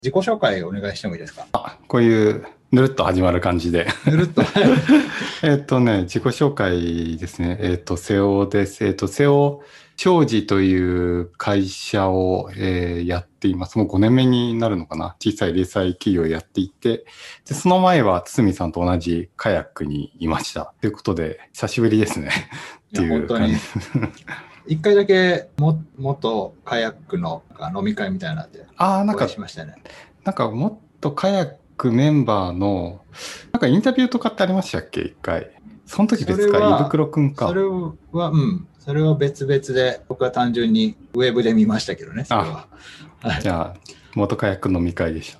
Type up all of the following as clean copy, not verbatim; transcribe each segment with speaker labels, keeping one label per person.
Speaker 1: 自己紹介をお願いしてもいいですか？
Speaker 2: こういうぬるっと始まる感じで。
Speaker 1: ぬるっと。
Speaker 2: 自己紹介ですね。瀬尾です。瀬尾商事という会社を、やっています。もう5年目になるのかな。小さい零細企業をやっていて、で、その前は堤さんと同じカヤックにいました。ということで、久しぶりですね。っていう感じ。
Speaker 1: 一回だけ元カヤックの飲み会みたいなんでお会いしましたね。
Speaker 2: なんかもっとカヤックメンバーのなんかインタビューとかってありましたっけ、一回。その時別か、胃袋くんか。
Speaker 1: それは別々で、僕は単純にウェブで見ましたけどね、それは。
Speaker 2: じゃあ元カヤック飲み会でした。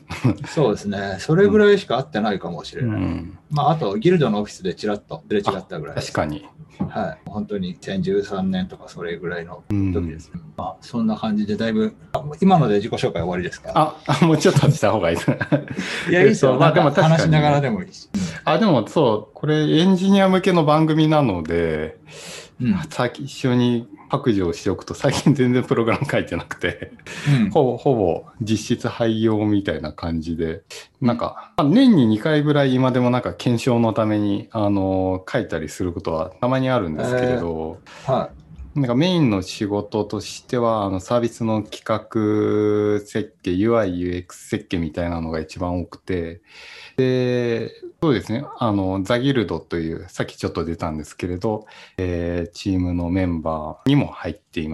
Speaker 1: そうですね。それぐらいしか会ってないかもしれない。あとギルドのオフィスでちらっとすれ違ったぐらい。
Speaker 2: 確かに。
Speaker 1: はい、本当に2013年とかそれぐらいの時ですね。そんな感じでだいぶ、今ので自己紹介終わりですか？
Speaker 2: もうちょっとした方がいいです。
Speaker 1: いや、いいですよ。でも話しながらでもいいし。
Speaker 2: でもそう、これエンジニア向けの番組なので、一緒に白状しておくと、最近全然プログラム書いてなくて、ほぼ実質廃業みたいな感じで、なんか年に2回ぐらい今でもなんか検証のために書いたりすることはたまにあるんですけれど、なんかメインの仕事としてはサービスの企画設計、UI、UX 設計みたいなのが一番多くて、で、そうですね、ザ・ギルドという、さっきちょっと出たんですけれど、チームのメンバーにも入っています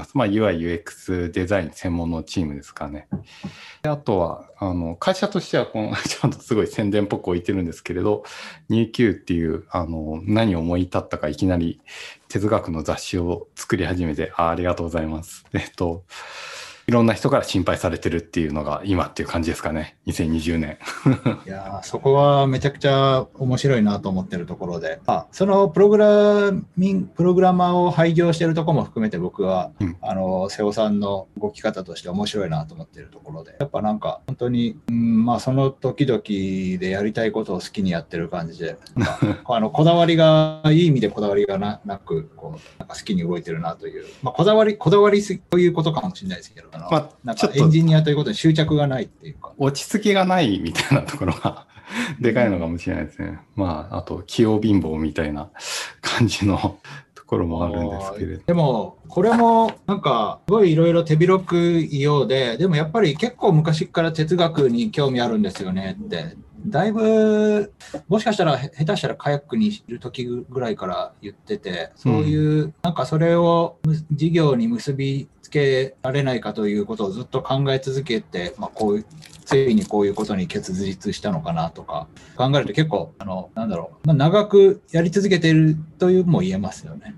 Speaker 2: 。UI、UX デザイン専門のチームですかね。であとは、会社としてはちゃんとすごい宣伝っぽく置いてるんですけれど、NewQ っていう、何を思い立ったかいきなり哲学の雑誌を作り始めて、ありがとうございます。いろんな人から心配されてるっていうのが今っていう感じですかね。2020年。
Speaker 1: いやそこはめちゃくちゃ面白いなと思ってるところで、そのプログラマーを廃業してるところも含めて僕は、瀬尾さんの動き方として面白いなと思ってるところで、やっぱなんか本当に、その時々でやりたいことを好きにやってる感じで、こだわりが、いい意味でこだわりがなく、なんか好きに動いてるなという、こだわりということかもしれないですけど、なんかエンジニアということに執着がないっていうか。
Speaker 2: 落ち着きがないみたいなところがでかいのかもしれないですね。あと、器用貧乏みたいな感じのところもあるんですけれど。
Speaker 1: でも、これもなんか、すごいいろいろ手広く言いようで、でもやっぱり結構昔から哲学に興味あるんですよねって。だいぶ、もしかしたら下手したらカヤックにいる時ぐらいから言ってて、そういう、なんかそれを事業に結びつけられないかということをずっと考え続けて、ついにこういうことに結実したのかなとか考えると結構、長くやり続けているというも言えますよね。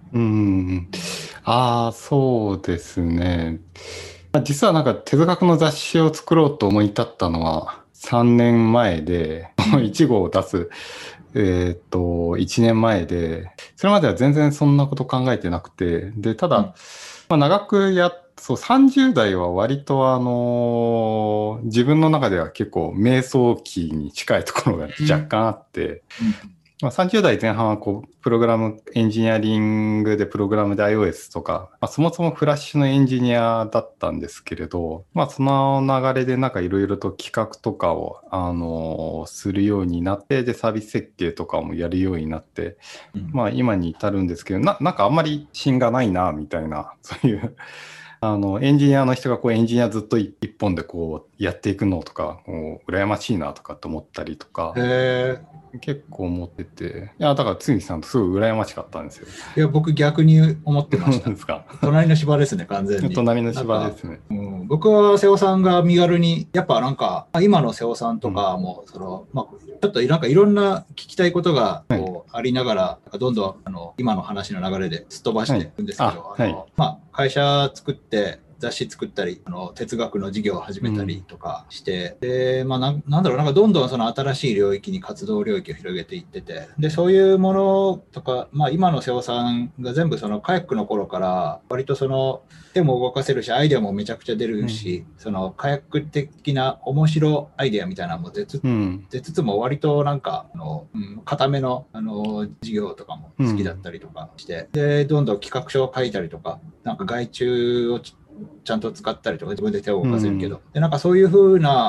Speaker 2: そうですね。実はなんか哲学の雑誌を作ろうと思い立ったのは3年前で、1号を出す、1年前で、それまでは全然そんなこと考えてなくて、で、ただ、長く30代は割と自分の中では結構瞑想期に近いところが若干あって、30代前半はプログラムエンジニアリングでプログラムで iOS とか、そもそもフラッシュのエンジニアだったんですけれど、その流れでなんかいろいろと企画とかをするようになって、でサービス設計とかもやるようになって、今に至るんですけど、なんかあんまり芯がないなみたいな、そういうエンジニアの人がエンジニアずっと一本でやっていくのとか羨ましいなとかって思ったりとか結構思ってて、だから堤さんとすごい羨ましかったんですよ。
Speaker 1: いや、僕逆に思ってました隣の芝ですね、完全に。
Speaker 2: 隣の芝ですね。
Speaker 1: 僕は瀬尾さんが身軽に、やっぱなんか今の瀬尾さんとかもちょっとなんかいろんな聞きたいことがありながら、どんどん今の話の流れですっ飛ばしていくんですけど、会社作って雑誌作ったり哲学の授業を始めたりとかして、でなんかどんどんその新しい領域に活動領域を広げていってて、でそういうものとか、今の瀬尾さんが全部そのカヤックの頃から割とその手も動かせるしアイデアもめちゃくちゃ出るし、そのカヤック的な面白アイデアみたいなのも出つつも割となんか固めの授業とかも好きだったりとかして、でどんどん企画書を書いたりとか、なんか外注をちゃんと使ったりとか自分で手を動かせるけど、でなんかそういう風な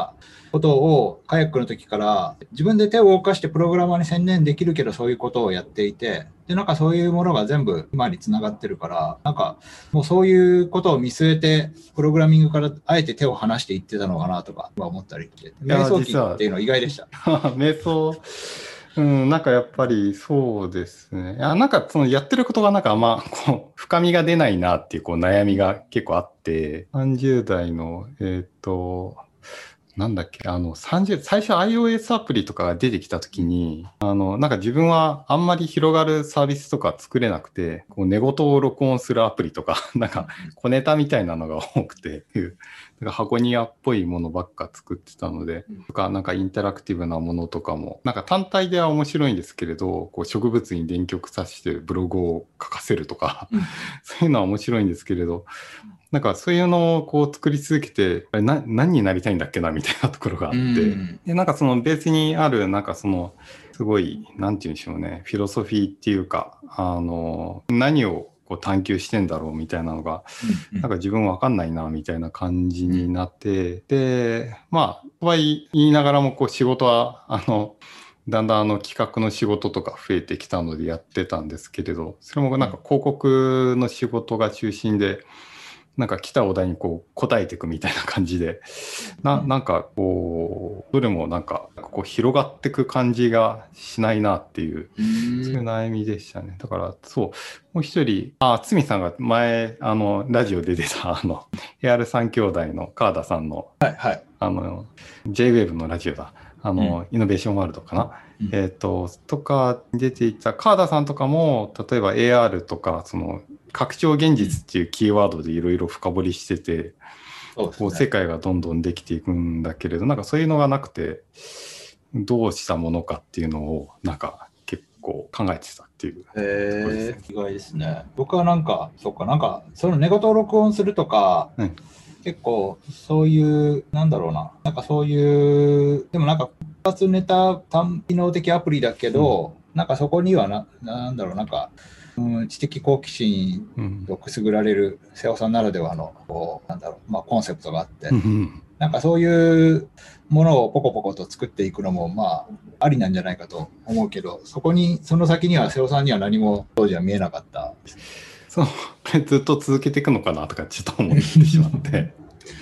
Speaker 1: ことをカヤックの時から自分で手を動かしてプログラマーに専念できるけどそういうことをやっていて、で、なんかそういうものが全部今につながってるから、なんかもうそういうことを見据えて、プログラミングからあえて手を離していってたのかなとか思ったりして、瞑想期っていうのは意外でした。
Speaker 2: 瞑想、なんかやっぱりそうですね。なんかそのやってることがなんかこう、深みが出ないなっていうこう悩みが結構あって、30代の、なんだっけ、最初 iOS アプリとかが出てきたときに、なんか自分はあんまり広がるサービスとか作れなくて、こう寝言を録音するアプリとか、なんか小ネタみたいなのが多くて、なんか箱庭っぽいものばっか作ってたので、とか、なんかインタラクティブなものとかも、なんか単体では面白いんですけれど、こう植物に電極さしてブログを書かせるとか、そういうのは面白いんですけれど、なんかそういうのをこう作り続けて、何になりたいんだっけなみたいなところがあって、で、なんかそのベースにある、なんかその、すごい、なんて言うんでしょうね、フィロソフィーっていうか、何をこう探求してんだろうみたいなのが、なんか自分わかんないなみたいな感じになって、で、まあ、とは言いながらもこう仕事は、だんだん企画の仕事とか増えてきたのでやってたんですけれど、それもなんか広告の仕事が中心で、なんか来たお題にこう答えていくみたいな感じで、なんかこう、どれもなんかこう広がっていく感じがしないなっていう、そういう悩みでしたね。だからそう、もう一人、堤さんが前、ラジオで出た、AR 三兄弟の川田さんの、
Speaker 1: はいはい、
Speaker 2: JWAVE のラジオだ、イノベーションワールドかな。とか出ていた川田さんとかも、例えば AR とか、その、拡張現実っていうキーワードでいろいろ深掘りしてて、こう世界がどんどんできていくんだけれど、なんかそういうのがなくて、どうしたものかっていうのを、なんか結構考えてたっていうところですね。
Speaker 1: 意外ですね。僕はなんか、その寝言を録音するとか、結構そういう、なんだろうな、なんかそういう、でもなんか、2つネタ単機能的アプリだけど、なんかそこにはなんだろう、なんか、知的好奇心をくすぐられる瀬尾さんならではのこうなんだろう、コンセプトがあって、なんかそういうものをポコポコと作っていくのもありなんじゃないかと思うけど、その先には瀬尾さんには何も当時は見えなかった。
Speaker 2: そう、ずっと続けていくのかなとかちょっと思ってしまって。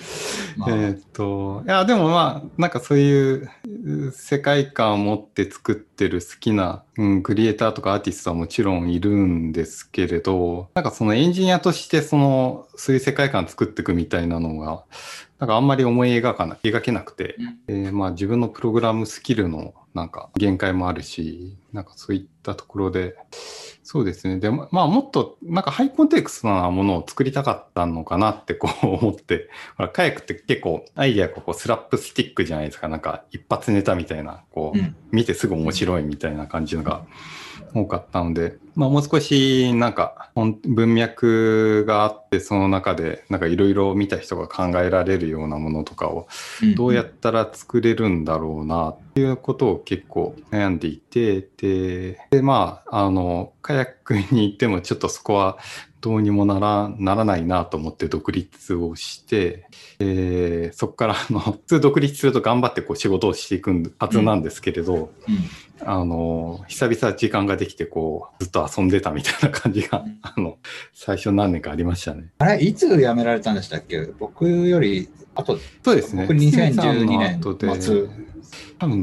Speaker 2: いや、でもなんかそういう世界観を持って作ってる好きな、クリエイターとかアーティストはもちろんいるんですけれど、なんかそのエンジニアとしてそういう世界観作っていくみたいなのが、なんかあんまり思い描けなくて、自分のプログラムスキルのなんか限界もあるし、なんかそういったところで、そうですね。でも、もっと、なんかハイコンテクストなものを作りたかったのかなってこう思って、カヤックって結構アイデアがこうスラップスティックじゃないですか。なんか一発ネタみたいな、こう、見てすぐ面白いみたいな感じのが多かったので、もう少しなんか文脈があって、その中でなんかいろいろ見た人が考えられるようなものとかをどうやったら作れるんだろうなっていうことを結構悩んでいて、でカヤックに行ってもちょっとそこはどうにもならないなと思って独立をして、そこから普通独立すると頑張ってこう仕事をしていくはずなんですけれど、久々時間ができてこうずっと遊んでたみたいな感じが、最初何年かありましたね。
Speaker 1: あれいつ辞められたんでしたっけ？僕より後。
Speaker 2: そうですね。
Speaker 1: 僕2012年末。
Speaker 2: 多分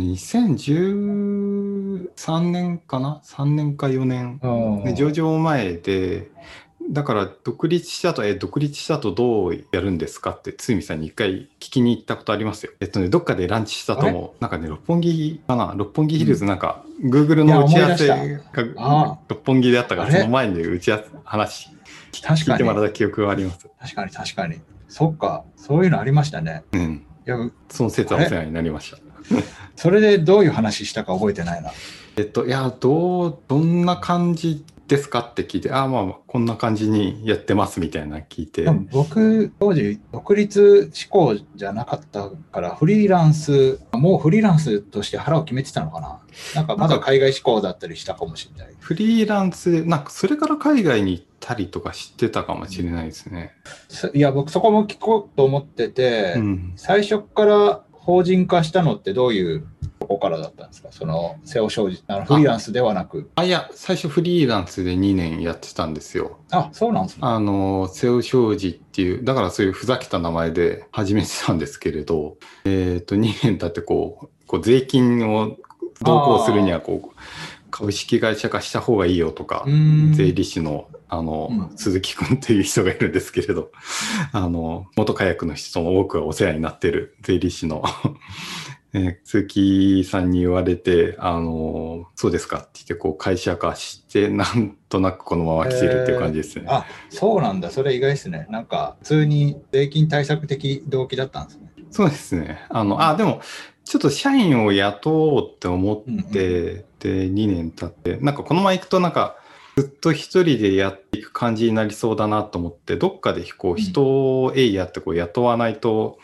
Speaker 2: 2013年かな ?3 年か4年。で上場前で、だから独立したとどうやるんですかって堤さんに一回聞きに行ったことありますよ。どっかでランチしたとも、なんかね、六本木かな、六本木ヒルズなんか、Google の打ち合わせが六本木であったから、その前に打ち合わせ話聞いてもらった記憶があります。
Speaker 1: 確かに。そっか、そういうのありましたね。
Speaker 2: いや、その説はお世話になりました。
Speaker 1: それでどういう話したか覚えてないな。
Speaker 2: いや、どんな感じですかって聞いて、こんな感じにやってますみたいな聞いて。
Speaker 1: 僕、当時、独立志向じゃなかったから、もうフリーランスとして腹を決めてたのかな。なんかまだ海外志向だったりしたかもしれない。
Speaker 2: フリーランスで、なんかそれから海外に行ったりとかしてたかもしれないですね。
Speaker 1: いや、僕そこも聞こうと思ってて、最初から法人化したのってどういうとこからだったんですか？その瀬尾商事、フリーランスではなく。
Speaker 2: いや、最初フリーランスで2年やってたんですよ。
Speaker 1: あ、そうなんですね。
Speaker 2: 瀬尾商事っていう、だからそういうふざけた名前で始めてたんですけれど、2年経ってこう税金を同行するには株式会社化した方がいいよとか、税理士の鈴木くんっていう人がいるんですけれど、元火薬の人の多くがお世話になってる税理士の鈴木さんに言われて、そうですかって言って、会社化して、なんとなくこのまま来てるっていう感じですね。
Speaker 1: あ、そうなんだ。それ意外ですね。なんか、普通に税金対策的動機だったんですね。
Speaker 2: そうですね。でも、ちょっと社員を雇おうって思って、で、2年経って、なんかこのまま行くとなんか、ずっと一人でやっていく感じになりそうだなと思って、どっかで人をやって雇わないと、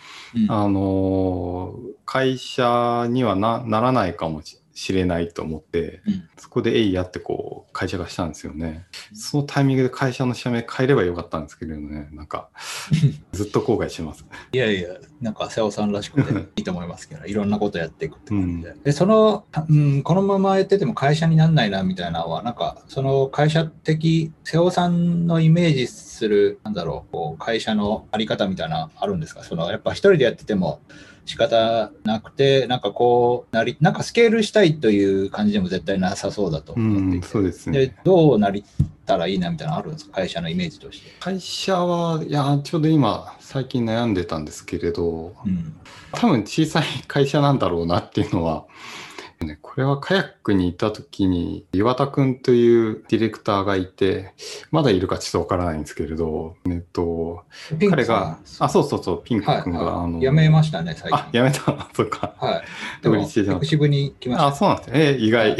Speaker 2: 会社にはならないかもしれないと思って、そこでやって会社化したんですよね。そのタイミングで会社の社名変えればよかったんですけどね、なんか、ずっと後悔します。
Speaker 1: いやいや、なんか瀬尾さんらしくていいと思いますけど、いろんなことやっていくって感じで。で、このままやってても会社にならないなみたいなのは、なんか、その会社的、瀬尾さんのイメージする、会社のあり方みたいなのあるんですか？やっぱ一人でやってても仕方なくて、なんかなんかスケールしたいという感じでも絶対なさそうだと思っていて。
Speaker 2: そうですね。
Speaker 1: で、どうなりたらいいなみたいなのあるんですか？会社のイメージとして。
Speaker 2: 会社は、いや、ちょうど今、最近悩んでたんですけれど、多分小さい会社なんだろうなっていうのは、これはカヤックにいた時に岩田くんというディレクターがいて、まだいるかちょっとわからないんですけれど、彼が、そう、ピンクくんが、
Speaker 1: 辞めましたね、最近。
Speaker 2: 辞めた、そっか。
Speaker 1: はい。でも、ピクシブに来ました。
Speaker 2: そうなんですね。意外。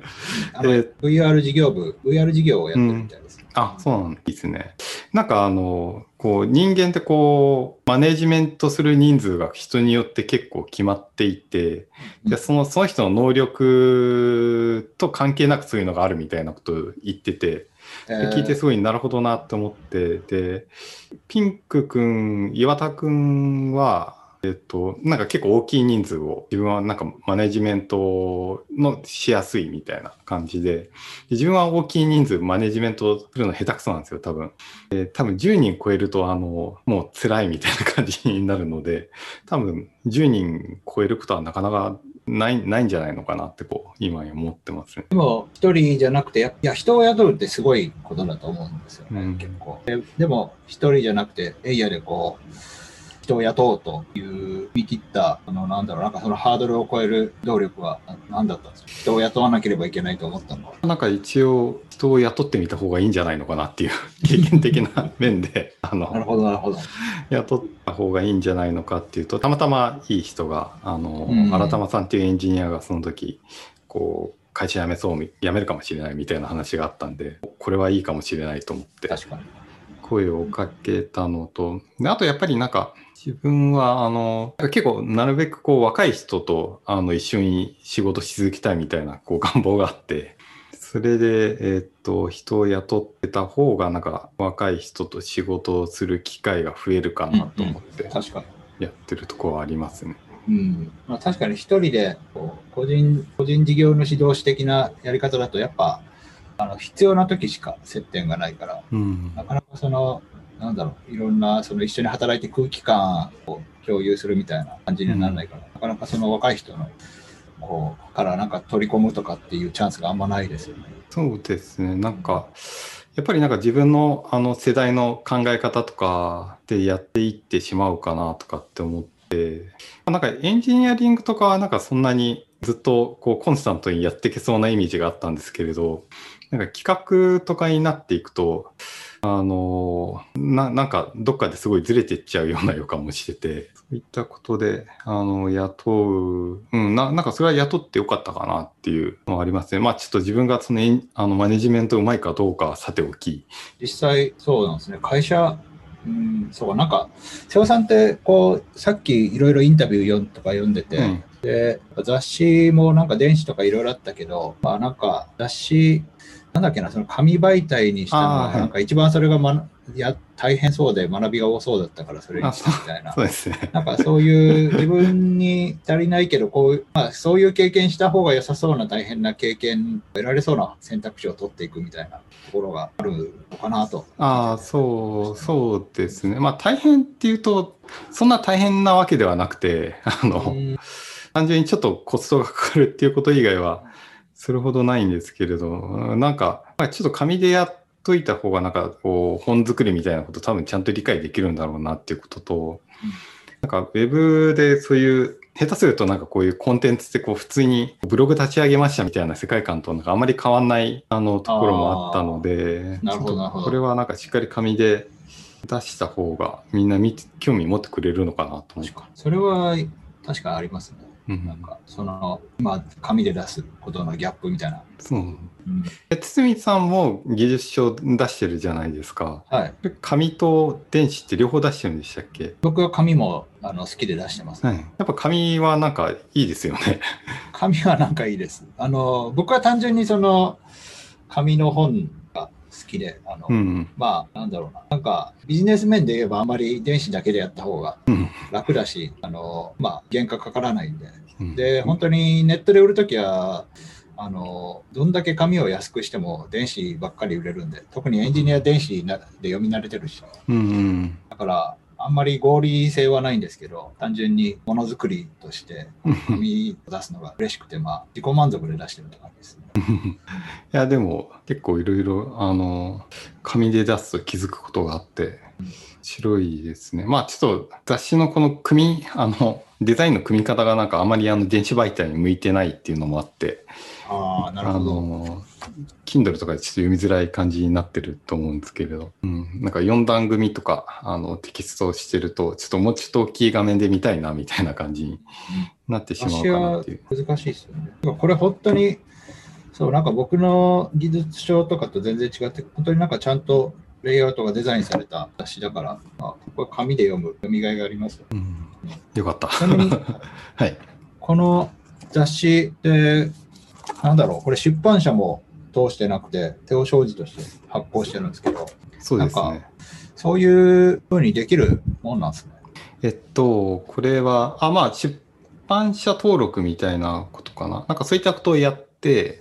Speaker 1: VR 事業をやってるみたいです。
Speaker 2: そうなんですね。なんか人間ってマネジメントする人数が人によって結構決まっていて、その人の能力と関係なくそういうのがあるみたいなことを言ってて、聞いてすごいなるほどなって思って、で、ピンクくん、岩田くんは、なんか結構大きい人数を自分はなんかマネジメントのしやすいみたいな感じで、自分は大きい人数マネジメントするの下手くそなんですよ、多分。多分10人超えるともう辛いみたいな感じになるので、多分10人超えることはなかなかないんじゃないのかなって今思ってますね。
Speaker 1: でも一人じゃなくて、人を雇うってすごいことだと思うんですよね、結構。でも一人じゃなくて、エイヤで人を雇おうという見切った、なんかそのハードルを超える動力は何だったんですか？人を雇わなければいけないと思ったのは。
Speaker 2: なんか一応人を雇ってみた方がいいんじゃないのかなっていう経験的な面で、
Speaker 1: なるほど。
Speaker 2: 雇った方がいいんじゃないのかっていうと、たまたまいい人が、新玉さんっていうエンジニアがその時、会社辞めるかもしれないみたいな話があったんで、これはいいかもしれないと思って。
Speaker 1: 確かに。
Speaker 2: 声をかけたのと、あとやっぱりなんか自分は結構なるべく若い人と一緒に仕事し続けたいみたいな願望があって、それで人を雇ってた方がなんか若い人と仕事をする機会が増えるかなと思ってやってるところはありますね。
Speaker 1: 確かに一人で個人事業主同士的なやり方だとやっぱ必要な時しか接点がないから、なかなかいろんな一緒に働いて空気感を共有するみたいな感じにはならないから、なかなか若い人のからなんか取り込むとかっていうチャンスがあんまないですよね。
Speaker 2: そうですね。なんかやっぱりなんか自分の世代の考え方とかでやっていってしまうかなとかって思って、なんかエンジニアリングとかはなんかそんなにずっとコンスタントにやっていけそうなイメージがあったんですけれど、なんか企画とかになっていくと、なんかどっかですごいずれていっちゃうような予感もしてて、そういったことで、雇う、なんかそれは雇ってよかったかなっていうのはありますね。まあちょっと自分がマネジメントうまいかどうかはさておき。
Speaker 1: 実際そうなんですね。会社、そうなんか、瀬尾さんってさっきいろいろインタビュー読んでて、で雑誌もなんか電子とかいろいろあったけど、なんか雑誌なんだっけな、その紙媒体にしたのは、なんか一番それが、大変そうで学びが多そうだったからそれにしたみたいな。
Speaker 2: そうですね。
Speaker 1: なんかそういう自分に足りないけど、そういう経験した方が良さそうな大変な経験、得られそうな選択肢を取っていくみたいなところがあるのかなと。
Speaker 2: そうですね。大変っていうと、そんな大変なわけではなくて、単純にちょっとコストがかかるっていうこと以外は、それほどないんですけれど、なんか、ちょっと紙でやっといた方が、なんかこう、本作りみたいなこと多分ちゃんと理解できるんだろうなっていうことと、なんかウェブでそういう、下手するとなんかこういうコンテンツってこう普通にブログ立ち上げましたみたいな世界観となんかあまり変わんないところもあったので、
Speaker 1: なるほど。
Speaker 2: これはなんかしっかり紙で出した方がみんな興味持ってくれるのかなと思う。
Speaker 1: それは確かありますね。なんか今紙で出すことのギャップみたいな。
Speaker 2: 堤さんも技術書出してるじゃないですか。
Speaker 1: はい。
Speaker 2: 紙と電子って両方出してるんでしたっけ？
Speaker 1: 僕は紙も好きで出してます、
Speaker 2: やっぱ紙はなんかいいですよね。
Speaker 1: 紙はなんかいいです。僕は単純にその紙の本が好きで、なんだろうな。なんかビジネス面で言えばあまり電子だけでやった方が楽だし、原価かからないんで。で、本当にネットで売るときは、どんだけ紙を安くしても電子ばっかり売れるんで、特にエンジニア電子で読み慣れてるし、だからあんまり合理性はないんですけど、単純にものづくりとして紙を出すのが嬉しくて、自己満足で出してるって感じですね。
Speaker 2: いや、でも結構いろいろ紙で出すと気づくことがあって、白いですね。ちょっと雑誌のこのデザインの組み方がなんかあまり電子媒体に向いてないっていうのもあって、
Speaker 1: なるほど。
Speaker 2: Kindle とかでちょっと読みづらい感じになってると思うんですけれど、なんか4段組とかテキストをしてると、ちょっともうちょっと大きい画面で見たいなみたいな感じになってしまうかなっていう。
Speaker 1: 難しいですよね。これ本当に、なんか僕の技術書とかと全然違って、本当になんかちゃんとレイアウトがデザインされた雑誌だから、これ紙で読みがいがあります。
Speaker 2: よかった。
Speaker 1: ちなみに、
Speaker 2: はい、
Speaker 1: この雑誌で、なんだろう、これ出版社も通してなくて、手を商事として発行してるんですけど、
Speaker 2: そうですね。
Speaker 1: なんかそういうふうにできるもんなんですね。
Speaker 2: これは、出版社登録みたいなことかな。なんかそういったことをやって、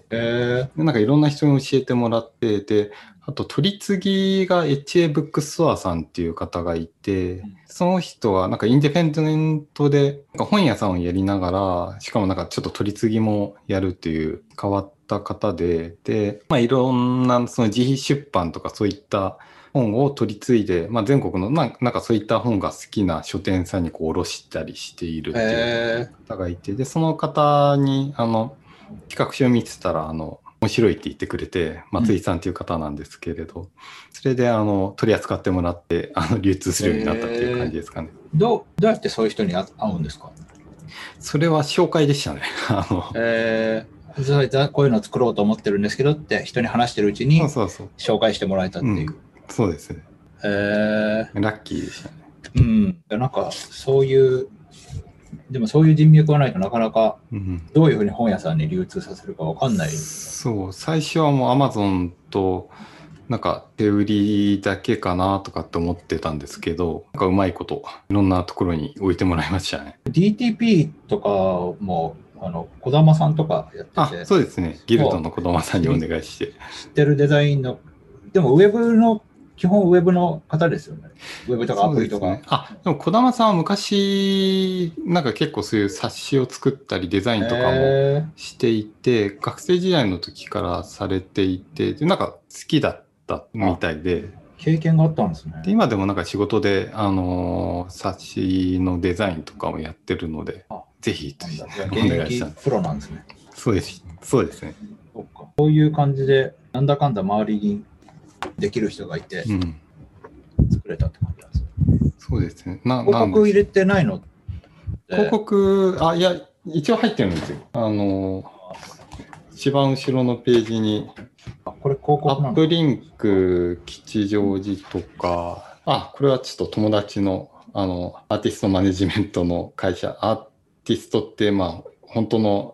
Speaker 2: なんかいろんな人に教えてもらって、で、あと取り次ぎが HA ブックストアさんっていう方がいて、その人はなんかインディペンデントでなんか本屋さんをやりながら、しかもなんかちょっと取り次ぎもやるっていう変わった方で、いろんなその自費出版とかそういった本を取り継いで、全国のなんかそういった本が好きな書店さんにこう卸したりしているっていう方がいて、で、その方に企画書を見てたら面白いって言ってくれて、松井さんっていう方なんですけれど、それで取り扱ってもらって流通するようになったっていう感じですかね。
Speaker 1: どうやってそういう人に会うんですか？
Speaker 2: それは紹介でしたね。
Speaker 1: こういうのを作ろうと思ってるんですけどって人に話してるうちに紹介してもらえたっていう。
Speaker 2: そうですね。ラッキーでした
Speaker 1: ね。なんかそういう人脈がないとなかなかどういうふうに本屋さんに流通させるかわかんない。
Speaker 2: そう、最初はもう Amazon となんか手売りだけかなとかって思ってたんですけど、なんかうまいこといろんなところに置いてもらいましたね。
Speaker 1: DTP とかも児玉さんとかやってて。
Speaker 2: そうですね。ギルドの児玉さんにお願いして。
Speaker 1: 知ってるデザインの、でも基本ウェブの方ですよね。ウェブとかアプリとか。
Speaker 2: でも児玉さんは昔、なんか結構そういう冊子を作ったりデザインとかもしていて、学生時代の時からされていて、でなんか好きだったみたいで。
Speaker 1: 経験があったんですね。
Speaker 2: で今でもなんか仕事で、冊子のデザインとかもやってるので、ぜひ
Speaker 1: お願いしたんです。プロなんですね。
Speaker 2: そうですね。
Speaker 1: そういう感じで、なんだかんだ周りにできる人がいて、作れたって感じなんですね。
Speaker 2: そうですね。
Speaker 1: 広告入れてないの？
Speaker 2: 広告、いや、一応入ってるんですよ。一番後ろのページに、
Speaker 1: これ広告なの？
Speaker 2: アップリンク、吉祥寺とか、これはちょっと友達の、アーティストマネジメントの会社、アーティストって、本当の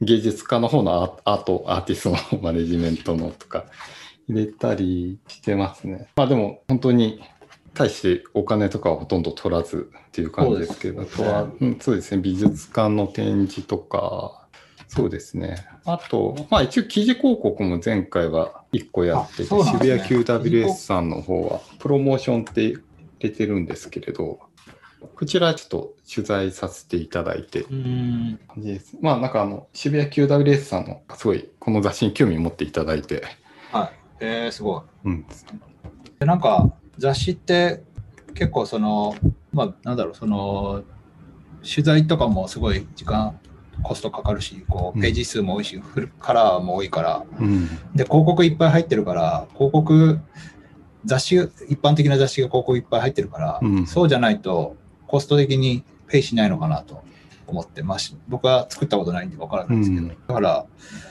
Speaker 2: 芸術家の方のアーティストのマネジメントのとか入れたりしてますね。まあでも本当に大してお金とかはほとんど取らずっていう感じですけど、あとは、そうですね、美術館の展示とか、そうですね。あと、まあ一応記事広告も前回は1個やってて、渋谷 QWS さんの方はプロモーションって入れてるんですけれど、こちらちょっと取材させていただいて、感じです。まあなんか渋谷 QWS さんのすごいこの雑誌に興味持っていただいて。
Speaker 1: はい。すごい。でなんか雑誌って結構まあなんだろう、取材とかもすごい時間、コストかかるし、こうページ数も多いし、カラーも多いから、で、広告いっぱい入ってるから、一般的な雑誌が広告いっぱい入ってるから、そうじゃないとコスト的にペイしないのかなと思って、まあ、僕は作ったことないんで分からないんですけど、だから、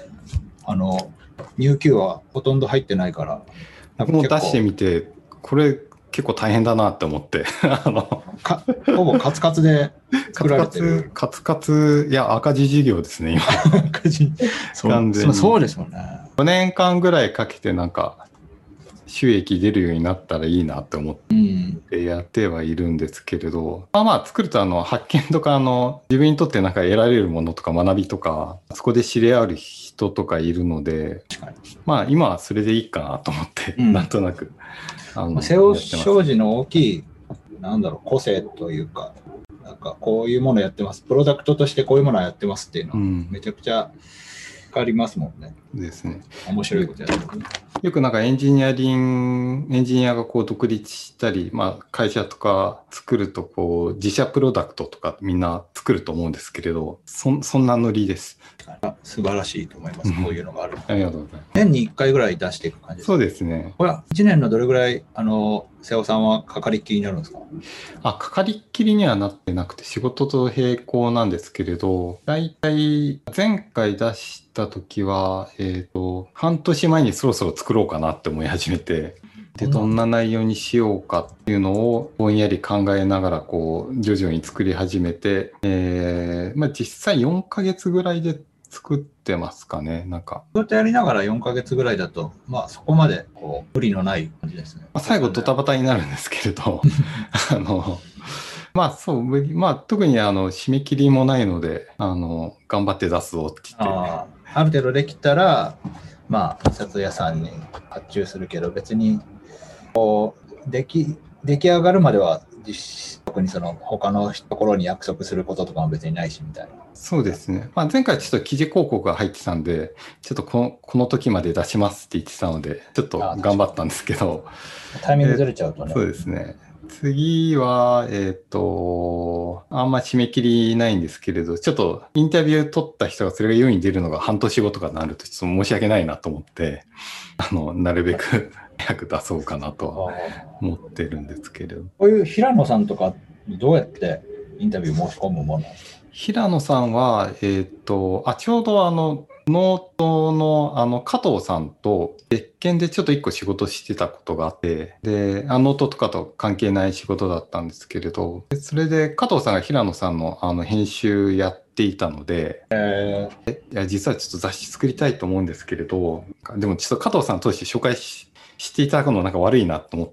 Speaker 1: ニュー Q はほとんど入ってないから、
Speaker 2: 僕も出してみて、これ結構大変だなって思って。
Speaker 1: ほぼカツカツで作られてる。
Speaker 2: カツ、いや、赤字事業ですね、今。
Speaker 1: 赤字。
Speaker 2: 完全に。
Speaker 1: そうですよね。
Speaker 2: 5年間ぐらいかけてなんか、収益出るようになったらいいなって思ってやってはいるんですけれど、まあ作ると発見とか自分にとってなんか得られるものとか学びとか、そこで知り合う人とかいるので、まあ今はそれでいいかなと思って、なんとなく。
Speaker 1: 瀬尾商事の大きい、なんだろう、個性というか、なんかこういうものやってます、プロダクトとしてこういうものをやってますっていうのは、めちゃくちゃ変わりますもんね。
Speaker 2: ですね。
Speaker 1: 面白いことやってる。
Speaker 2: よくなんかエンジニアがこう独立したり、まあ会社とか作るとこう自社プロダクトとかみんな作ると思うんですけれど、そんなノリです。
Speaker 1: 素晴らしいと思います。こういうのがある。
Speaker 2: ありがとうございます。
Speaker 1: 年に1回ぐらい出していく感じですか？
Speaker 2: そうですね。
Speaker 1: これは1年のどれぐらい、瀬尾さんはかかりっきりになるんですか？
Speaker 2: かかりっきりにはなってなくて、仕事と並行なんですけれど、だいたい前回出した時は、半年前にそろそろ作ろうかなって思い始めて、で、どんな内容にしようかっていうのをぼんやり考えながら、こう、徐々に作り始めて、まあ実際4ヶ月ぐらいで作ってますかね、なんか。
Speaker 1: そうやってやりながら4ヶ月ぐらいだと、まあそこまでこう無理のない感じですね。
Speaker 2: まあ、最後ドタバタになるんですけれど、まあそう、まあ特に締め切りもないので、頑張って出すぞって言って。
Speaker 1: ある程度できたら、まあ、印刷屋さんに発注するけど、別に、こう、出来上がるまでは、特に他のところに約束することとかも別にないしみたいな。
Speaker 2: そうですね。まあ、前回ちょっと記事広告が入ってたんで、ちょっとこの時まで出しますって言ってたので、ちょっと頑張ったんですけど。
Speaker 1: タイミングずれちゃうとね。
Speaker 2: そうですね。次は、あんま締め切りないんですけれど、ちょっとインタビュー取った人がそれが世に出るのが半年後とかになると、ちょっと申し訳ないなと思って、なるべく早く出そうかなとは思ってるんですけれど。
Speaker 1: こういう平野さんとか、どうやってインタビュー申し込むものなんですか？
Speaker 2: 平野さんは、ちょうどノートの加藤さんと別件でちょっと一個仕事してたことがあって、で、ノートとかと関係ない仕事だったんですけれど、それで加藤さんが平野さんの編集やっていたので、いや、実はちょっと雑誌作りたいと思うんですけれど、でもちょっと加藤さんとして紹介していただくのなんか悪いなと思って、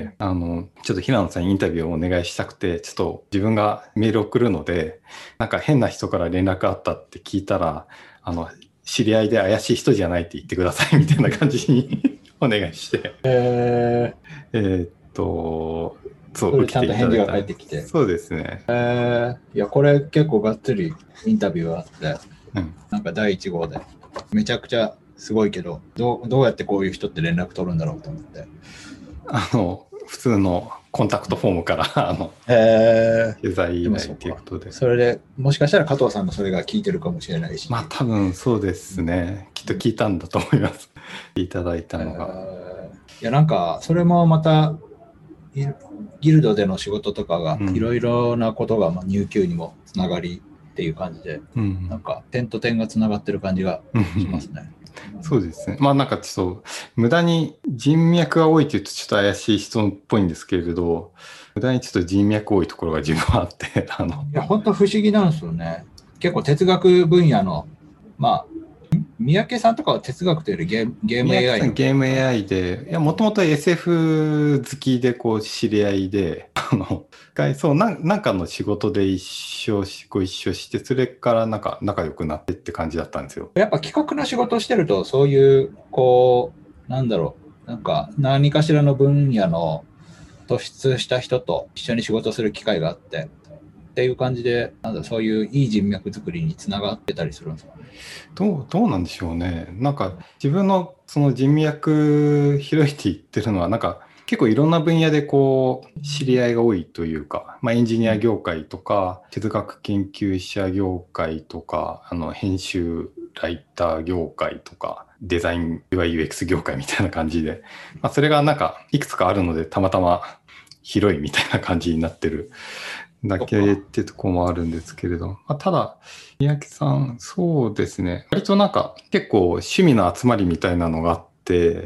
Speaker 2: ちょっと平野さんにインタビューをお願いしたくて、ちょっと自分がメール送るので、なんか変な人から連絡あったって聞いたら、知り合いで怪しい人じゃないって言ってくださいみたいな感じにお願いして。そう、
Speaker 1: ちゃんと返事が返ってきて。
Speaker 2: そうですね。
Speaker 1: いや、これ結構がっつりインタビューがあって、なんか第1号で、めちゃくちゃすごいけど、どうやってこういう人って連絡取るんだろうと思って。
Speaker 2: 普通のコンタクトフォームから取材依頼っていうことで。
Speaker 1: それでもしかしたら加藤さんのそれが聞いてるかもしれないし。
Speaker 2: まあ多分そうですね。きっと聞いたんだと思います。いただいたのが。
Speaker 1: いやなんかそれもまたギルドでの仕事とかがいろいろなことが入給にもつながりっていう感じで、なんか点と点がつながってる感じがしますね。
Speaker 2: そうですね。まあなんかちょっと無駄に人脈が多いって言うとちょっと怪しい人っぽいんですけれど、無駄にちょっと人脈多いところが自分はあって、
Speaker 1: いや本当不思議なんですよね。結構哲学分野のまあ、三宅さんとかは哲学というよりゲーム AI の。
Speaker 2: ゲーム AI で、いや、もともと SF 好きで、こう、知り合いで、そう、なんかの仕事でご一緒して、それからなんか仲良くなってって感じだったんですよ。
Speaker 1: やっぱ企画の仕事をしてると、そういう、こう、なんだろう、なんか何かしらの分野の突出した人と一緒に仕事する機会があって、っていう感じで、そういういい人脈作りにつながってたりするんですかね。
Speaker 2: どうなんでしょうね。なんか自分のその人脈広いって言ってるのは、なんか結構いろんな分野でこう知り合いが多いというか、エンジニア業界とか、哲学研究者業界とか、編集ライター業界とか、デザイン UI/UX 業界みたいな感じで、それがなんかいくつかあるので、たまたま広いみたいな感じになってるだけってとこもあるんですけれど、ただ、三宅さん、そうですね。割となんか結構趣味の集まりみたいなのがあって、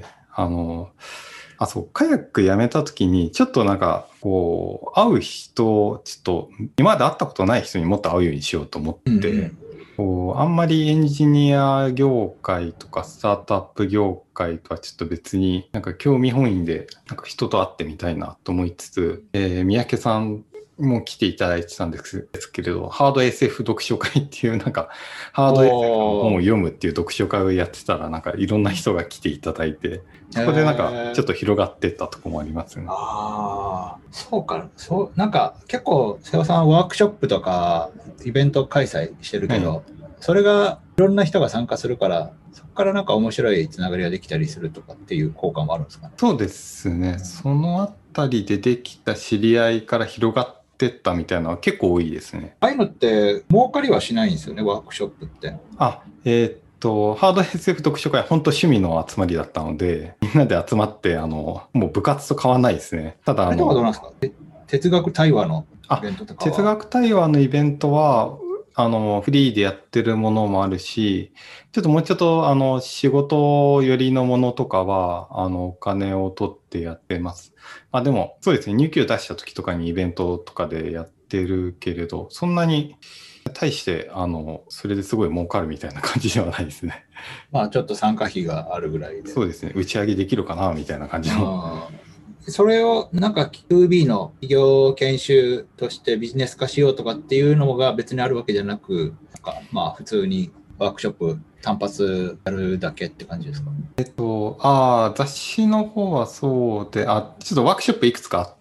Speaker 2: そう、カヤックやめた時に、ちょっとなんか、こう、会う人、ちょっと、今まで会ったことない人にもっと会うようにしようと思って、こうあんまりエンジニア業界とかスタートアップ業界とはちょっと別になんか興味本位でなんか人と会ってみたいなと思いつつ、三宅さんも来ていただいてたんですけれど、ハード SF 読書会っていうなんか、ハード SF の本を読むっていう読書会をやってたら、なんかいろんな人が来ていただいて、そこでなんかちょっと広がってったとこもありますよね。
Speaker 1: そうか。なんか結構、瀬尾さんワークショップとかイベント開催してるけど、それがいろんな人が参加するから、そこからなんか面白いつながりができたりするとかっていう効果もあるんですかね。
Speaker 2: そうですね。そのあたりでできた知り合いから広がってったみたいなのは結構多いですね。
Speaker 1: ああいうのって儲かりはしないんですよね、ワークショップって。
Speaker 2: ハード SF 読書会は本当趣味の集まりだったので、みんなで集まって、もう部活と変わらないですね。ただ、
Speaker 1: あれとかどうなんですか？哲学対話のイベントとかは。
Speaker 2: 哲学対話のイベントは、フリーでやってるものもあるし、ちょっと仕事寄りのものとかは、お金を取ってやってます。でも、そうですね、入給出した時とかにイベントとかでやってるけれど、そんなに、対して、それですごい儲かるみたいな感じではないですね。
Speaker 1: ちょっと参加費があるぐらいで。
Speaker 2: そうですね、打ち上げできるかな、みたいな感じの。
Speaker 1: それをなんか 2B の企業研修としてビジネス化しようとかっていうのが別にあるわけじゃなく、なんか普通にワークショップ単発やるだけって感じですか？
Speaker 2: 雑誌の方はそうで、ちょっとワークショップいくつかあって、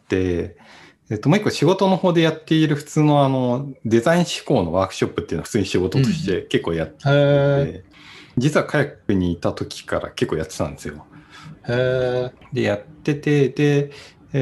Speaker 2: もう一個仕事の方でやっている普通のデザイン思考のワークショップっていうのは普通に仕事として結構やってて、実はカヤックにいた時から結構やってたんですよ。で、やってて、で、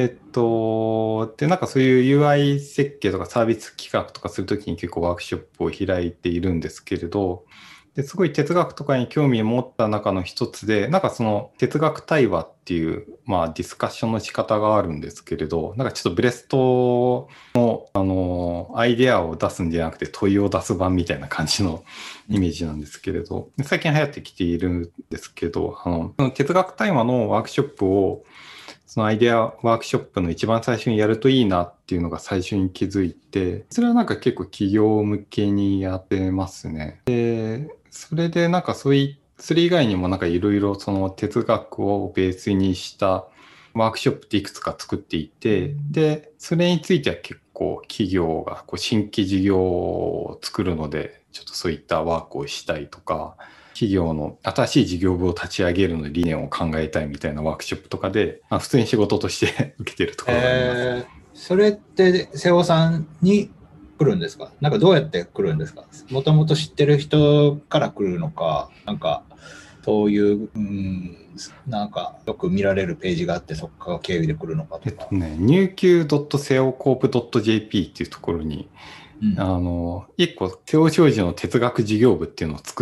Speaker 2: なんかそういう UI 設計とかサービス企画とかするときに結構ワークショップを開いているんですけれど、ですごい哲学とかに興味を持った中の一つで、なんかその哲学対話っていう、ディスカッションの仕方があるんですけれど、なんかちょっとブレストの、アイデアを出すんじゃなくて問いを出す版みたいな感じのイメージなんですけれど、最近流行ってきているんですけど、その哲学対話のワークショップをそのアイデアワークショップの一番最初にやるといいなっていうのが最初に気づいて、それはなんか結構企業向けにやってますね。で、それでなんかそれ以外にもなんかいろいろその哲学をベースにしたワークショップっていくつか作っていて、で、それについては結構企業がこう新規事業を作るので、ちょっとそういったワークをしたいとか、企業の新しい事業部を立ち上げるの理念を考えたいみたいなワークショップとかで、普通に仕事として受けてるところがあります。
Speaker 1: それって瀬尾さんに来るんですか？なんかどうやって来るんですか？もともと知ってる人から来るのか、なんかそういう、なんかよく見られるページがあってそこから経由で来るのかとか。
Speaker 2: 入給 .seocorp.jp っていうところに、一個、瀬尾商事の哲学事業部っていうのを作って、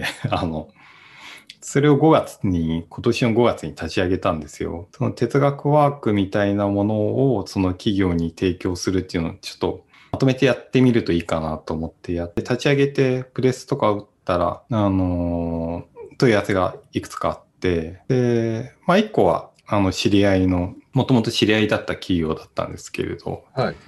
Speaker 2: それを今年の5月に立ち上げたんですよ。その哲学ワークみたいなものをその企業に提供するっていうのをちょっとまとめてやってみるといいかなと思ってやって、立ち上げてプレスとか打ったら、問い合わせがいくつかあって、で、一個は、知り合いの、もともと知り合いだった企業だったんですけれど、
Speaker 1: はい。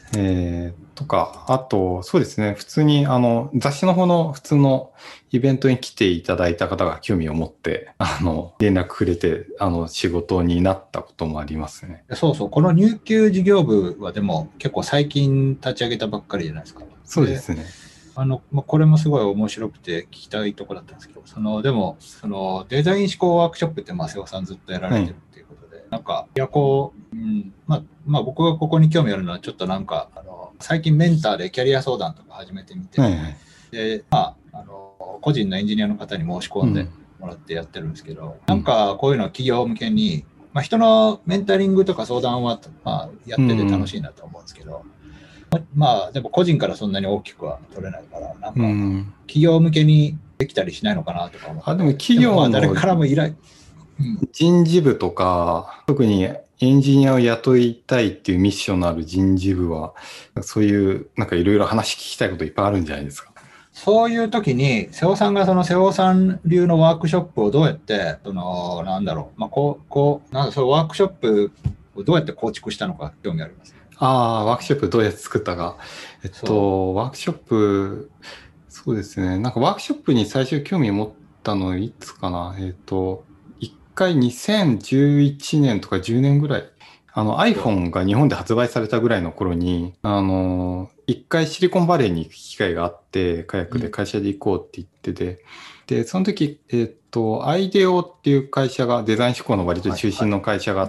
Speaker 2: とか、あと、そうですね、普通に、雑誌の方の普通のイベントに来ていただいた方が興味を持って、連絡くれて、仕事になったこともありますね。
Speaker 1: そうそう、この入給事業部はでも結構最近立ち上げたばっかりじゃないですか。
Speaker 2: そうですね。
Speaker 1: これもすごい面白くて聞きたいところだったんですけど、でも、デザイン思考ワークショップって瀬尾さんずっとやられてるっていうことで、なんか、いや、僕がここに興味あるのは、ちょっとなんか、最近メンターでキャリア相談とか始めてみて、で、個人のエンジニアの方に申し込んでもらってやってるんですけど、なんかこういうの企業向けに、人のメンタリングとか相談は、やってて楽しいなと思うんですけど、でも個人からそんなに大きくは取れないから、なんか企業向けにできたりしないのかなとか思って。
Speaker 2: でも企業の
Speaker 1: 誰からも依頼、
Speaker 2: 人事部とか、特にエンジニアを雇いたいっていうミッションのある人事部は、そういうなんかいろいろ話聞きたいこといっぱいあるんじゃないですか。
Speaker 1: そういう時に、瀬尾さんがその瀬尾さん流のワークショップをどうやって、なんだろう、そのワークショップをどうやって構築したのか興味あります。
Speaker 2: ワークショップどうやって作ったか。ワークショップ、そうですね。なんかワークショップに最初興味を持ったのいつかな。一回2011年とか10年ぐらい、iPhone が日本で発売されたぐらいの頃に、一回シリコンバレーに行く機会があって、カヤックで会社で行こうって言ってて、で、その時、アイデオっていう会社が、デザイン思考の割と中心の会社があって、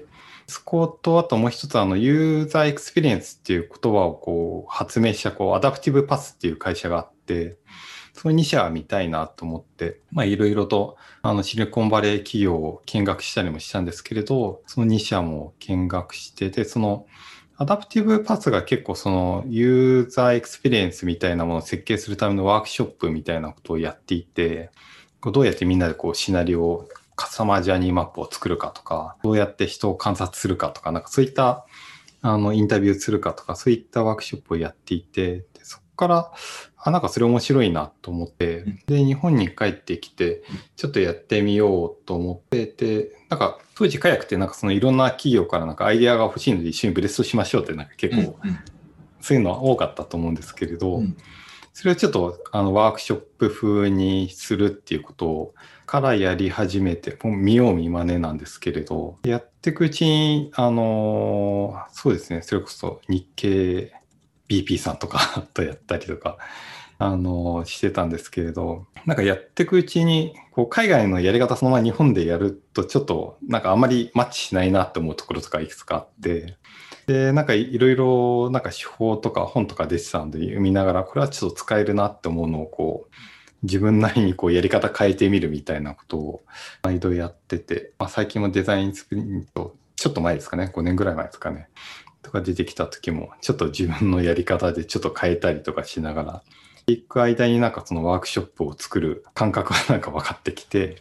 Speaker 2: そこと、あともう一つ、ユーザーエクスペリエンスっていう言葉をこう発明した、アダプティブパスっていう会社があって、その2社は見たいなと思って、いろいろと、シリコンバレー企業を見学したりもしたんですけれど、その2社も見学してて、その、アダプティブパスが結構そのユーザーエクスペリエンスみたいなものを設計するためのワークショップみたいなことをやっていて、どうやってみんなでシナリオをカスタマージャーニーマップを作るかとか、どうやって人を観察するかとか、なんかそういったインタビューするかとか、そういったワークショップをやっていて、でそこから、なんかそれ面白いなと思って、で、日本に帰ってきて、ちょっとやってみようと思って、で、なんか当時カヤックってなんかそのいろんな企業からなんかアイデアが欲しいので一緒にブレストしましょうってなんか結構、そういうのは多かったと思うんですけれど、それをちょっとワークショップ風にするっていうことをからやり始めて、見よう見まねなんですけれど、やっていくうちに、そうですね、それこそ日経 BP さんとかとやったりとか、してたんですけれど、なんかやっていくうちに、海外のやり方そのまま日本でやるとちょっとなんかあんまりマッチしないなって思うところとかいくつかあって、で、なんかいろいろなんか手法とか本とか出てたんで読みながら、これはちょっと使えるなって思うのを自分なりにやり方変えてみるみたいなことを毎度やってて、最近もデザインスプリント、ちょっと前ですかね、5年ぐらい前ですかね、とか出てきた時も、ちょっと自分のやり方でちょっと変えたりとかしながら、行く間になんかそのワークショップを作る感覚がなんか分かってきて、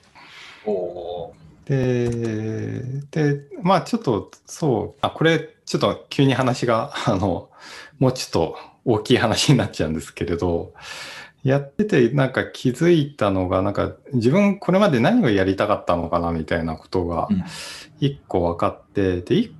Speaker 2: で、ちょっとこれちょっと急に話が、もうちょっと大きい話になっちゃうんですけれど、やっててなんか気づいたのが、なんか自分これまで何をやりたかったのかなみたいなことが一個分かって、で、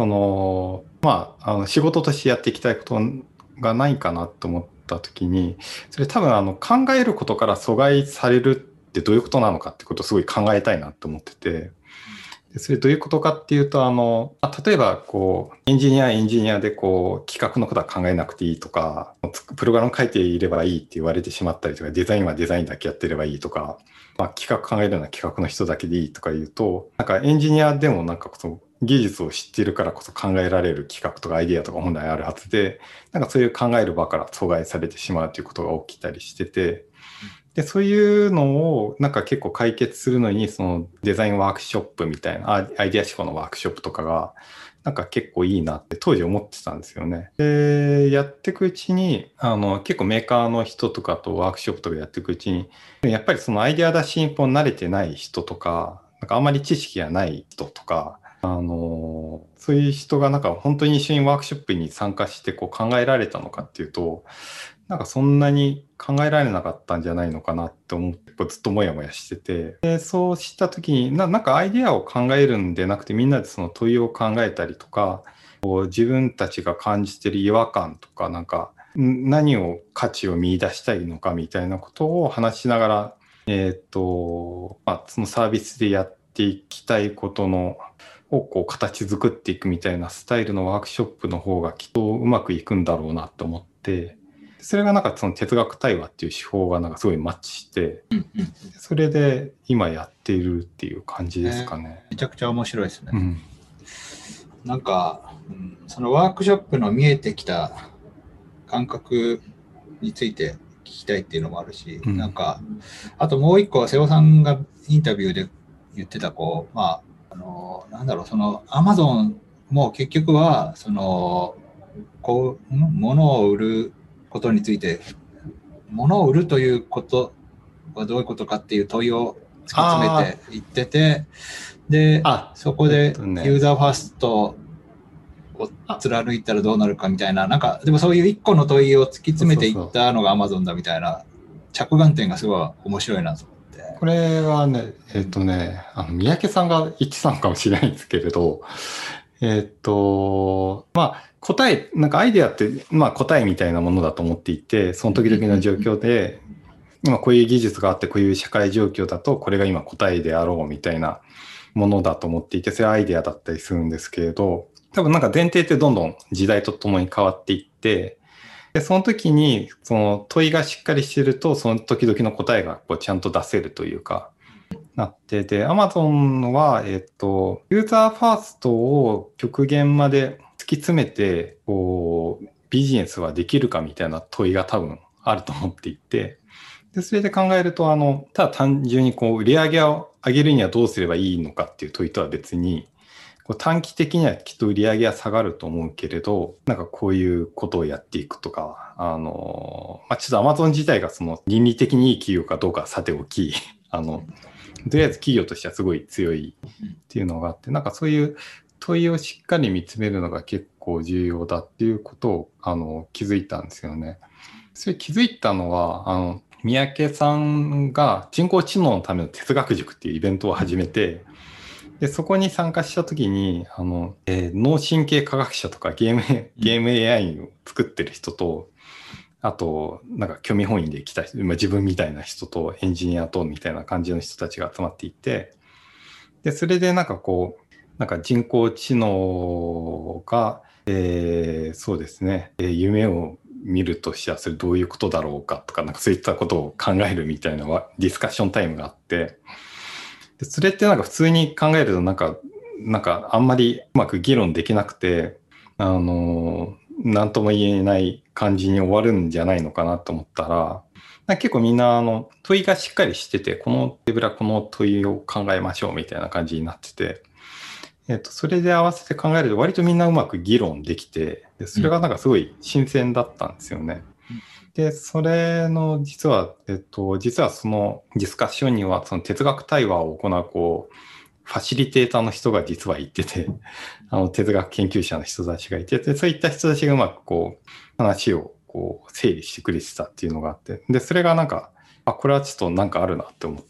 Speaker 2: 仕事としてやっていきたいことがないかなと思った時に、それ多分考えることから阻害されるってどういうことなのかってことをすごい考えたいなと思ってて、それどういうことかっていうと、例えばエンジニアで企画のことは考えなくていいとか、プログラム書いていればいいって言われてしまったりとか、デザインはデザインだけやってればいいとか、企画考えるような企画の人だけでいいとか言うと、なんかエンジニアでもなんか技術を知っているからこそ考えられる企画とかアイディアとか本来あるはずで、なんかそういう考える場から阻害されてしまうということが起きたりしてて、で、そういうのをなんか結構解決するのに、そのデザインワークショップみたいな、アイデア思考のワークショップとかが、なんか結構いいなって当時思ってたんですよね。で、やっていくうちに、結構メーカーの人とかとワークショップとかやっていくうちに、やっぱりそのアイデア出しに慣れてない人とか、なんかあんまり知識がない人とか、そういう人がなんか本当に一緒にワークショップに参加して考えられたのかっていうと、なんかそんなに考えられなかったんじゃないのかなって思ってずっともやもやしてて、でそうした時になんかアイデアを考えるんでなくてみんなでその問いを考えたりとか、 こう自分たちが感じてる違和感とか、なんか何を価値を見出したいのかみたいなことを話しながら、そのサービスでやっていきたいことのをこう形作っていくみたいなスタイルのワークショップの方がきっとうまくいくんだろうなと思って、それがなんかその哲学対話っていう手法がなんかすごいマッチして、それで今やっているっていう感じですかね。
Speaker 1: めちゃくちゃ面白いですね。なんか、そのワークショップの見えてきた感覚について聞きたいっていうのもあるし、なんか、あともう一個、瀬尾さんがインタビューで言ってた、こう、なんだろう、その、アマゾンも結局は、その、こう、物を売ることについて、物を売るということはどういうことかっていう問いを突き詰めていってて、で、そこでユーザーファーストを貫いたらどうなるかみたいな、なんか、でもそういう一個の問いを突き詰めていったのが Amazon だみたいな、着眼点がすごい面白いなと思って。
Speaker 2: これはね、三宅さんが言ってたのかもしれないんですけれど、答え、なんかアイデアって、答えみたいなものだと思っていて、その時々の状況で、今こういう技術があってこういう社会状況だとこれが今答えであろうみたいなものだと思っていて、それはアイデアだったりするんですけれど、多分なんか前提ってどんどん時代とともに変わっていって、でその時にその問いがしっかりしてるとその時々の答えがこうちゃんと出せるというかなって、で Amazon はユーザーファーストを極限まで突き詰めてこうビジネスはできるかみたいな問いが多分あると思っていて、でそれで考えるとただ単純にこう売り上げを上げるにはどうすればいいのかっていう問いとは別に、こう短期的にはきっと売り上げは下がると思うけれど、なんかこういうことをやっていくとか、ちょっと Amazon 自体がその倫理的にいい企業かどうかはさておき、とりあえず企業としてはすごい強いっていうのがあって、なんかそういう問いをしっかり見つめるのが結構重要だっていうことを気づいたんですよね。それ気づいたのは三宅さんが人工知能のための哲学塾っていうイベントを始めて、でそこに参加した時に脳神経科学者とかゲーム AI を作ってる人と、あとなんか興味本位で来た人、自分みたいな人とエンジニアとみたいな感じの人たちが集まっていて、でそれでなんかこうなんか人工知能が、そうですね、夢を見るとしてはそれどういうことだろうかとか、なんかそういったことを考えるみたいなディスカッションタイムがあって、でそれってなんか普通に考えるとなんかあんまりうまく議論できなくて、なんとも言えない感じに終わるんじゃないのかなと思ったら、結構みんな問いがしっかりしてて、このテーブルはこの問いを考えましょうみたいな感じになってて、それで合わせて考えると割とみんなうまく議論できて、でそれがなんかすごい新鮮だったんですよね。で、それの実はそのディスカッションにはその哲学対話を行うこうファシリテーターの人が実はいてて、哲学研究者の人たちがいて、でそういった人たちがうまくこう話をこう整理してくれてたっていうのがあって、でそれがなんかこれはちょっとなんかあるなって思って、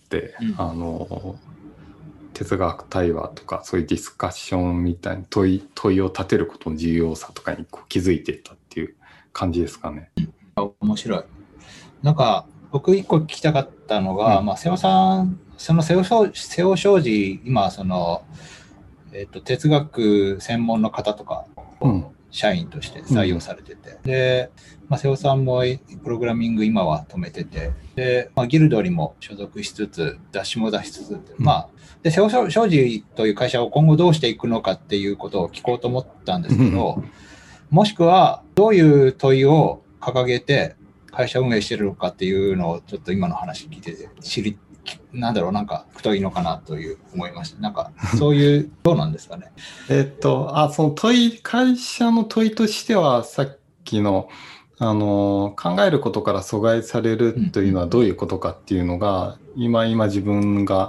Speaker 2: 哲学対話とかそういうディスカッションみたいに問いを立てることの重要さとかにこう気づいていったっていう感じですかね。
Speaker 1: 面白い。なんか僕一個聞きたかったのが、瀬尾さん、その瀬尾商事、今その、哲学専門の方とかを社員として採用されてて、で、瀬尾さんもプログラミング今は止めてて、で、ギルドにも所属しつつ、雑誌も出しつつ、で、瀬尾商事という会社を今後どうしていくのかっていうことを聞こうと思ったんですけど、もしくはどういう問いを掲げて会社運営してるのかっていうのをちょっと今の話聞いてなんか太いのかなという思いました。なんかそういうどうなんですかね。
Speaker 2: その会社の問いとしてはさっきの考えることから阻害されるというのはどういうことかっていうのが今自分が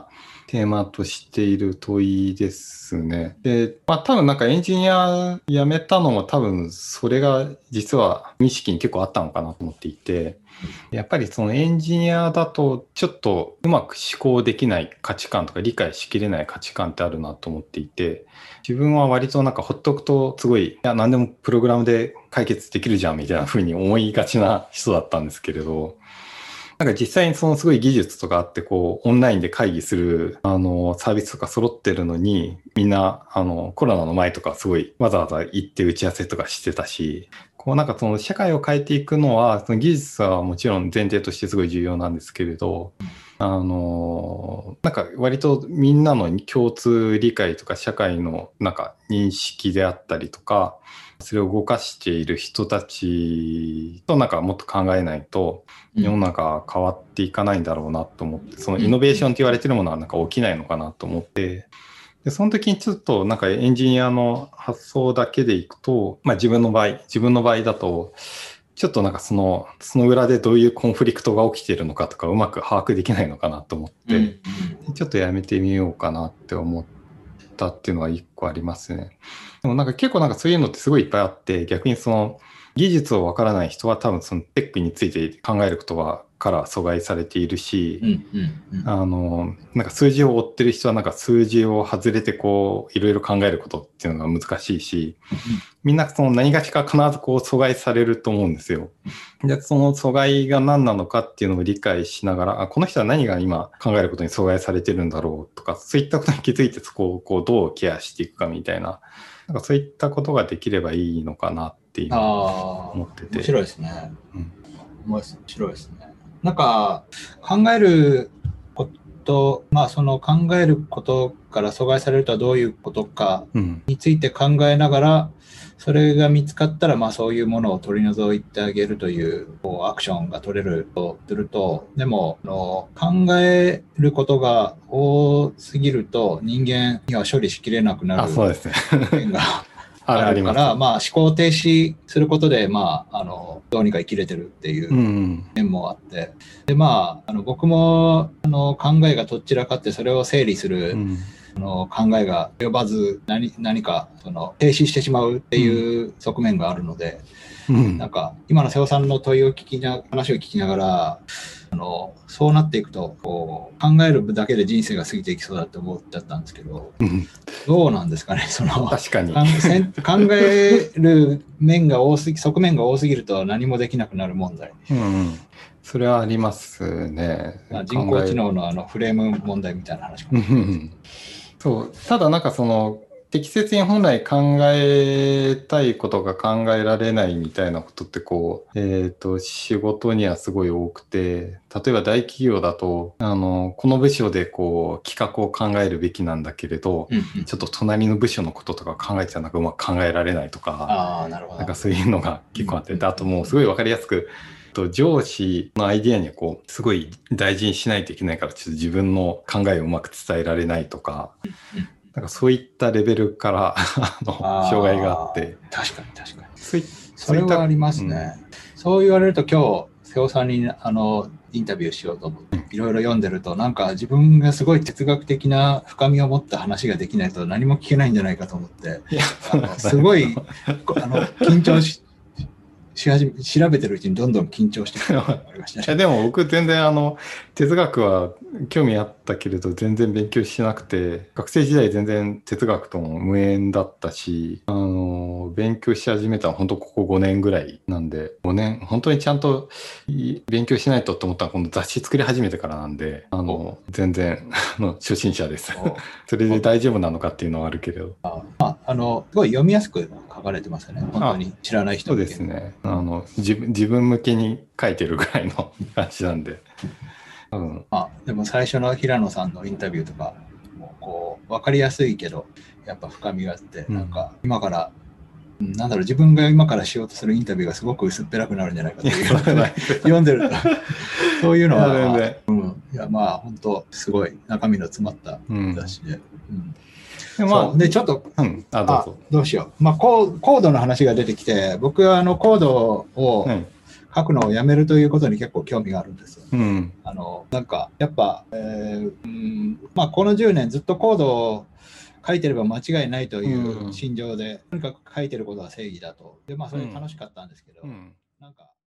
Speaker 2: テーマとしている問いですね。で、まあ多分なんかエンジニア辞めたのも多分それが実は無意識に結構あったのかなと思っていて、やっぱりそのエンジニアだとちょっとうまく思考できない価値観とか理解しきれない価値観ってあるなと思っていて、自分は割となんかほっとくとすごい、いや何でもプログラムで解決できるじゃんみたいな風に思いがちな人だったんですけれど、なんか実際にそのすごい技術とかあって、こう、オンラインで会議する、サービスとか揃ってるのに、みんな、コロナの前とかすごいわざわざ行って打ち合わせとかしてたし、こうなんかその社会を変えていくのは、その技術はもちろん前提としてすごい重要なんですけれど、なんか割とみんなの共通理解とか社会のなんか認識であったりとか、それを動かしている人たちとなんかもっと考えないと世の中変わっていかないんだろうなと思って、そのイノベーションって言われてるものはなんか起きないのかなと思って、でその時にちょっとなんかエンジニアの発想だけでいくと、まあ自分の場合だと、ちょっとなんかその裏でどういうコンフリクトが起きているのかとかうまく把握できないのかなと思って、ちょっとやめてみようかなって思ったっていうのが一個ありますね。でもなんか結構なんかそういうのってすごいいっぱいあって、逆にその技術をわからない人は多分そのテックについて考えることから阻害されているし、なんか数字を追ってる人はなんか数字を外れてこういろいろ考えることっていうのが難しいし、みんなその何がしか必ずこう阻害されると思うんですよ。で、その阻害が何なのかっていうのを理解しながら、この人は何が今考えることに阻害されてるんだろうとか、そういったことに気づいてそこをこうどうケアしていくかみたいな、なんかそういったことができればいいのかなっていう思ってて。
Speaker 1: 面白いですね。面白いですね。なんか考えること、まあその考えることから阻害されるとはどういうことかについて考えながら、それが見つかったらまあそういうものを取り除いてあげるというアクションが取れるとすると、でも考えることが多すぎると人間には処理しきれなくなる点があるから、まあ思考停止することでまあどうにか生きれてるっていう面もあって、でまあ僕も考えがとっちらかってそれを整理する。考えが及ばず何か停止してしまうっていう側面があるので、なんか今の瀬尾さんの話を聞きながらそうなっていくとこう考えるだけで人生が過ぎていきそうだって思っちゃったんですけど、どうなんですかね。
Speaker 2: 確かに
Speaker 1: 考える側面が多すぎると何もできなくなる問題。
Speaker 2: それはありますね。
Speaker 1: 人工知能のフレーム問題みたいな話かもしれないです。
Speaker 2: そう。ただなんか適切に本来考えたいことが考えられないみたいなことってこう、仕事にはすごい多くて、例えば大企業だと、この部署でこう企画を考えるべきなんだけれど、ちょっと隣の部署のこととか考えてたらなんかうまく考えられないとか、なんかそういうのが結構あって、あともうすごいわかりやすく、上司のアイディアにはこうすごい大事にしないといけないからちょっと自分の考えをうまく伝えられないとか、なんかそういったレベルから障害があって。
Speaker 1: 確かに。それはありますね。そう言われると今日瀬尾さんにインタビューしようと思っていろいろ読んでると、なんか自分がすごい哲学的な深みを持った話ができないと何も聞けないんじゃないかと思って、すごい緊張調べてるうちにどんどん緊張してくるありましたね。
Speaker 2: でも僕全然哲学は興味あったけれど全然勉強しなくて、学生時代全然哲学とも無縁だったし、勉強し始めたのは本当ここ5年ぐらいなんで、5年本当にちゃんと勉強しないと思ったらこの雑誌作り始めてからなんで、全然初心者です。それで大丈夫なのかっていうのはあるけれど。
Speaker 1: すごい読みやすく書かれてますよね。本当に知らない人
Speaker 2: そうですね。自分向けに書いてるぐらいの感じなんで。
Speaker 1: でも最初の平野さんのインタビューとかもこう分かりやすいけどやっぱ深みがあって、なんか今から自分が今からしようとするインタビューがすごく薄っぺらくなるんじゃないかという読んでるとそういうのは、いやまあ本当すごい中身の詰まった雑誌で。でちょっとどうしよう、コードの話が出てきて、僕はコードを書くのをやめるということに結構興味があるんですよ。
Speaker 2: うん、
Speaker 1: なんかやっぱ、まあ、この10年ずっとコードを書いてれば間違いないという心情で、とにかく書いてることは正義だと。で、まあ、それ楽しかったんですけど、なんか